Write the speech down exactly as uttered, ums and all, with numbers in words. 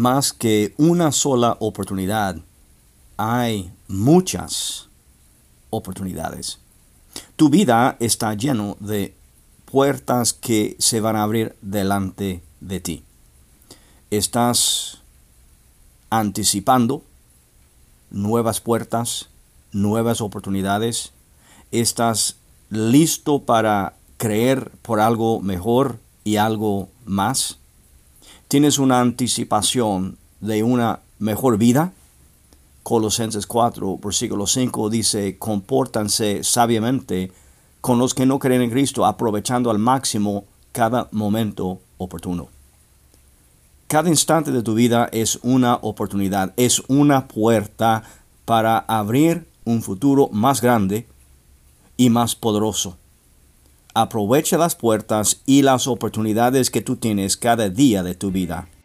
más que una sola oportunidad. Hay muchas oportunidades. Tu vida está lleno de puertas que se van a abrir delante de ti. Estás anticipando nuevas puertas, nuevas oportunidades. Estás listo para creer por algo mejor y algo más. Tienes una anticipación de una mejor vida. Colosenses cuatro, versículo cinco dice: compórtanse sabiamente con los que no creen en Cristo, aprovechando al máximo cada momento oportuno. Cada instante de tu vida es una oportunidad, es una puerta para abrir un futuro más grande y más poderoso. Aprovecha las puertas y las oportunidades que tú tienes cada día de tu vida.